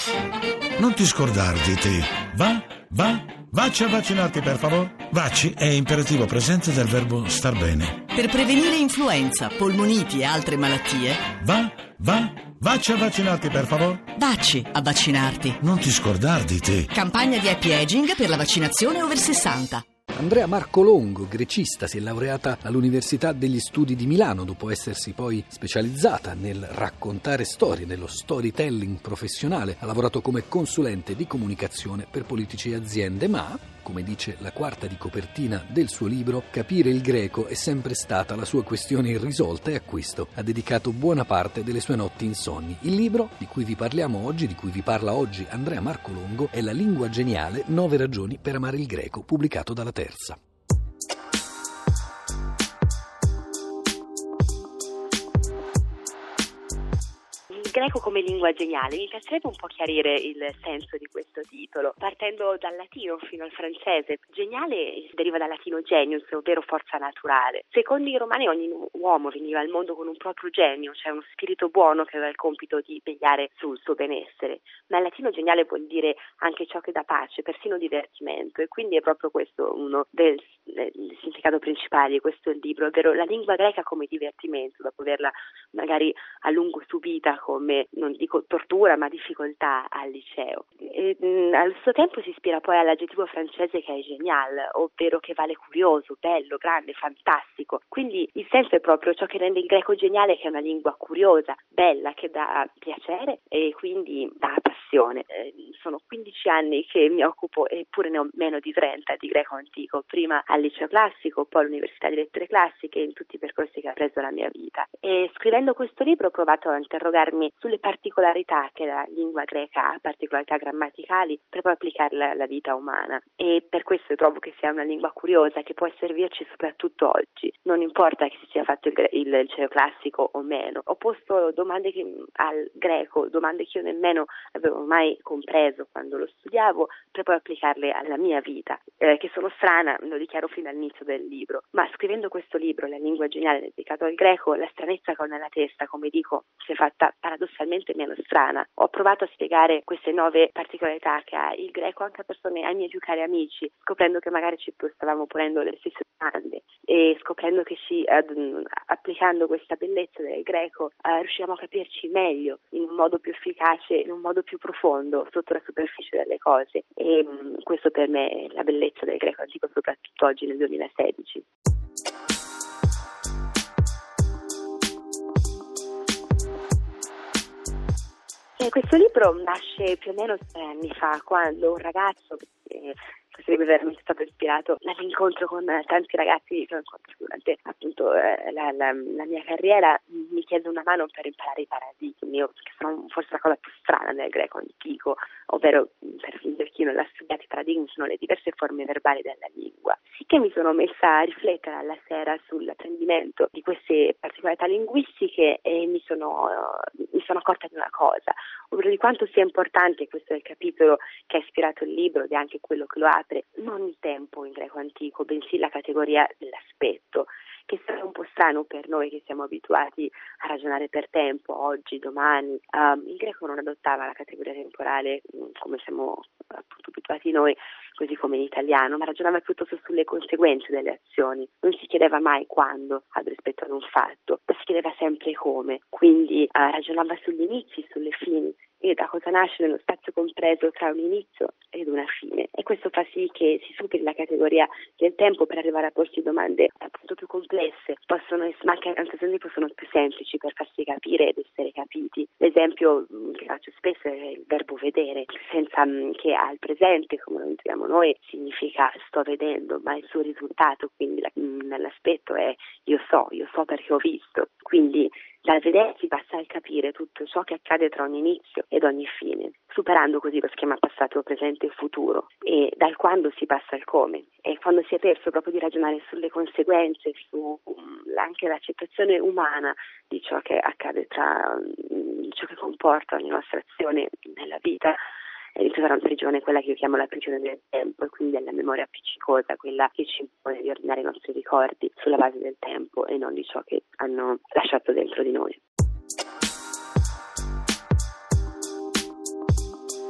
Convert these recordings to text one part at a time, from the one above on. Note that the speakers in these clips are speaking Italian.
Non ti scordar di te. Vacci a vaccinarti, per favore. Vacci è imperativo presente del verbo star bene. Per prevenire influenza, polmoniti e altre malattie. Vacci a vaccinarti, per favore. Vacci a vaccinarti. Non ti scordar di te. Campagna di happy aging per la vaccinazione over 60. Andrea Marcolongo, grecista, si è laureata all'Università degli Studi di Milano dopo essersi poi specializzata nel raccontare storie, nello storytelling professionale. Ha lavorato come consulente di comunicazione per politici e aziende, ma, come dice la quarta di copertina del suo libro, capire il greco è sempre stata la sua questione irrisolta e a questo ha dedicato buona parte delle sue notti insonni. Il libro di cui vi parliamo oggi, di cui vi parla oggi Andrea Marcolongo, è La lingua geniale, 9 ragioni per amare il greco, pubblicato dalla Terza. Il greco come lingua geniale. Mi piacerebbe un po' chiarire il senso di questo titolo, partendo dal latino fino al francese. Geniale deriva dal latino genius, ovvero forza naturale. Secondo i romani ogni uomo veniva al mondo con un proprio genio, cioè uno spirito buono che aveva il compito di vegliare sul suo benessere. Ma il latino geniale vuol dire anche ciò che dà pace, persino divertimento, e quindi è proprio questo uno del significato principale di questo libro, ovvero la lingua greca come divertimento, dopo averla magari a lungo subita come, non dico tortura, ma difficoltà al liceo. Al suo tempo si ispira poi all'aggettivo francese che è génial, ovvero che vale curioso, bello, grande, fantastico. Quindi il senso è proprio ciò che rende il greco geniale, che è una lingua curiosa, bella, che dà piacere e quindi dà passione. Sono 15 anni che mi occupo, eppure ne ho meno di 30, di greco antico, prima al liceo classico, poi all'Università di Lettere Classiche, in tutti i percorsi che ha preso la mia vita. E scrivendo questo libro ho provato a interrogarmi sulle particolarità che la lingua greca ha, particolarità grammaticali, per poi applicarla alla vita umana. E per questo trovo che sia una lingua curiosa che può servirci soprattutto oggi. Non importa che si sia fatto il liceo classico o meno. Ho posto domande al greco, domande che io nemmeno avevo mai compreso quando lo studiavo, per poi applicarle alla mia vita, che sono strana, lo dichiaro fin dall'inizio del libro. Ma scrivendo questo libro, La lingua geniale dedicato al greco, la stranezza che ho nella testa, come dico, si è fatta paradossalmente meno strana. Ho provato a spiegare queste 9 particolarità che ha il greco anche a persone, ai miei più cari amici, scoprendo che magari ci stavamo ponendo le stesse domande e scoprendo che applicando questa bellezza del greco riusciamo a capirci meglio, in un modo più efficace, in un modo più profondo, sotto la superficie delle cose. E questo per me è la bellezza del greco antico, soprattutto oggi nel 2016. Questo libro nasce più o meno 3 anni fa, quando un ragazzo, questo libro è veramente stato ispirato dall'incontro con tanti ragazzi che ho incontrato durante appunto la mia carriera, mi chiede una mano per imparare i paradigmi, che sono forse la cosa più strana nel greco antico, ovvero per chi non l'ha studiato, i paradigmi sono le diverse forme verbali della lingua. Sì che mi sono messa a riflettere alla sera sull'apprendimento di queste particolarità linguistiche e mi sono accorta di una cosa, ovvero di quanto sia importante, questo è il capitolo che ha ispirato il libro ed è anche quello che lo apre, non il tempo in greco antico, bensì la categoria dell'aspetto, che sarà un po' strano per noi che siamo abituati a ragionare per tempo, oggi, domani. Il greco non adottava la categoria temporale come siamo appunto abituati noi, così come in italiano, ma ragionava piuttosto sulle conseguenze delle azioni. Non si chiedeva mai quando rispetto ad un fatto, ma si chiedeva sempre come. Quindi ragionava sugli inizi, sulle fini, e da cosa nasce nello spazio compreso tra un inizio ed una fine. E questo fa sì che si superi la categoria del tempo per arrivare a porsi domande appunto più complesse, ma che anche se sono più semplici per farsi capire ed essere capiti. L'esempio che faccio spesso è il verbo vedere, senza che al presente, come lo intendiamo noi, significa sto vedendo, ma il suo risultato, quindi nell'aspetto è io so perché ho visto. Quindi dal vedere si passa al capire tutto ciò che accade tra ogni inizio ed ogni fine, superando così lo schema passato, presente e futuro, e dal quando si passa al come. E quando si è perso proprio di ragionare sulle conseguenze, su anche l'accettazione umana di ciò che accade ciò che comporta ogni nostra azione nella vita, è iniziata una prigione, quella che io chiamo la prigione del tempo, e quindi della memoria appiccicosa, quella che ci impone di ordinare i nostri ricordi sulla base del tempo e non di ciò che hanno lasciato dentro di noi.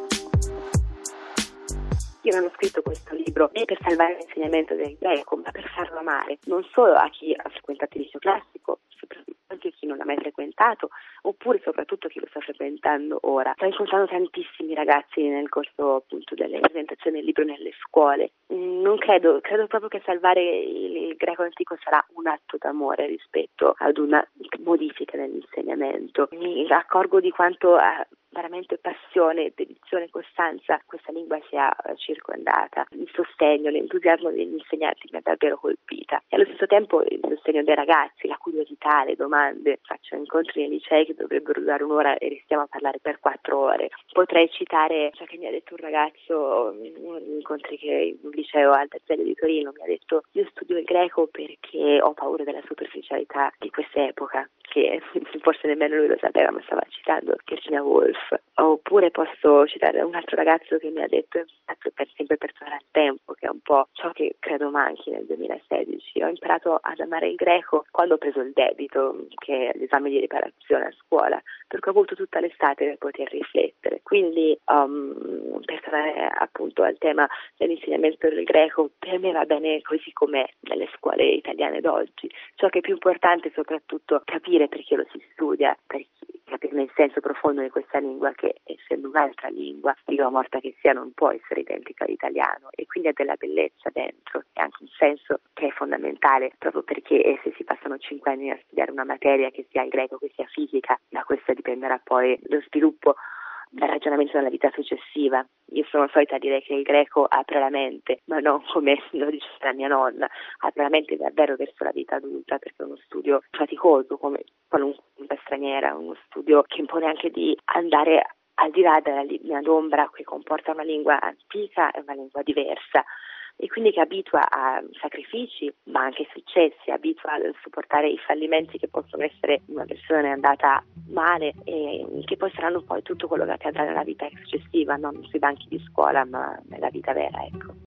Io non ho scritto questo libro né per salvare l'insegnamento del greco, ma per farlo amare, non solo a chi ha frequentato il liceo classico, anche chi non l'ha mai frequentato, oppure soprattutto chi lo sta frequentando ora. Sto incontrando tantissimi ragazzi nel corso appunto delle presentazioni del libro nelle scuole. Non credo proprio che salvare il greco antico sarà un atto d'amore rispetto ad una modifica nell'insegnamento. Mi accorgo di quanto veramente passione, dedizione e costanza questa lingua sia circondata. Il sostegno, l'entusiasmo degli insegnanti mi ha davvero colpita e allo stesso tempo il sostegno dei ragazzi, la curiosità, le domande. Faccio incontri nei licei che dovrebbero durare un'ora e restiamo a parlare per 4 ore. Potrei citare ciò che mi ha detto un ragazzo in uno degli incontri che un liceo al Terziario di Torino. Mi ha detto: io studio il greco perché ho paura della superficialità di quest'epoca, che forse nemmeno lui lo sapeva, ma stava citando Virginia Woolf. Oppure posso citare un altro ragazzo che mi ha detto sempre per tornare al tempo, che è un po' ciò che credo manchi nel 2016. Ho imparato ad amare il greco quando ho preso il debito, che è l'esame di riparazione a scuola, perché ho avuto tutta l'estate per poter riflettere. Quindi per tornare appunto al tema dell'insegnamento del greco, per me va bene così com'è nelle scuole italiane d'oggi. Ciò che è più importante è soprattutto capire perché lo si studia, perché capire il senso profondo di questa lingua che, essendo un'altra lingua, lingua morta che sia, non può essere identica all'italiano, e quindi ha della bellezza dentro e anche un senso che è fondamentale, proprio perché se si passano 5 anni a studiare una materia, che sia il greco, che sia fisica, da questa dipenderà poi lo sviluppo del ragionamento nella vita successiva. Io sono solita dire che il greco apre la mente, ma non come lo diceva mia nonna, apre la mente davvero verso la vita adulta, perché è uno studio faticoso come qualunque lingua straniera, uno studio che impone anche di andare al di là della linea d'ombra che comporta una lingua antica e una lingua diversa, e quindi che abitua a sacrifici ma anche successi, abitua a supportare i fallimenti che possono essere una persona è andata male e che poi saranno poi tutto quello che accadrà nella vita successiva, non sui banchi di scuola ma nella vita vera, ecco.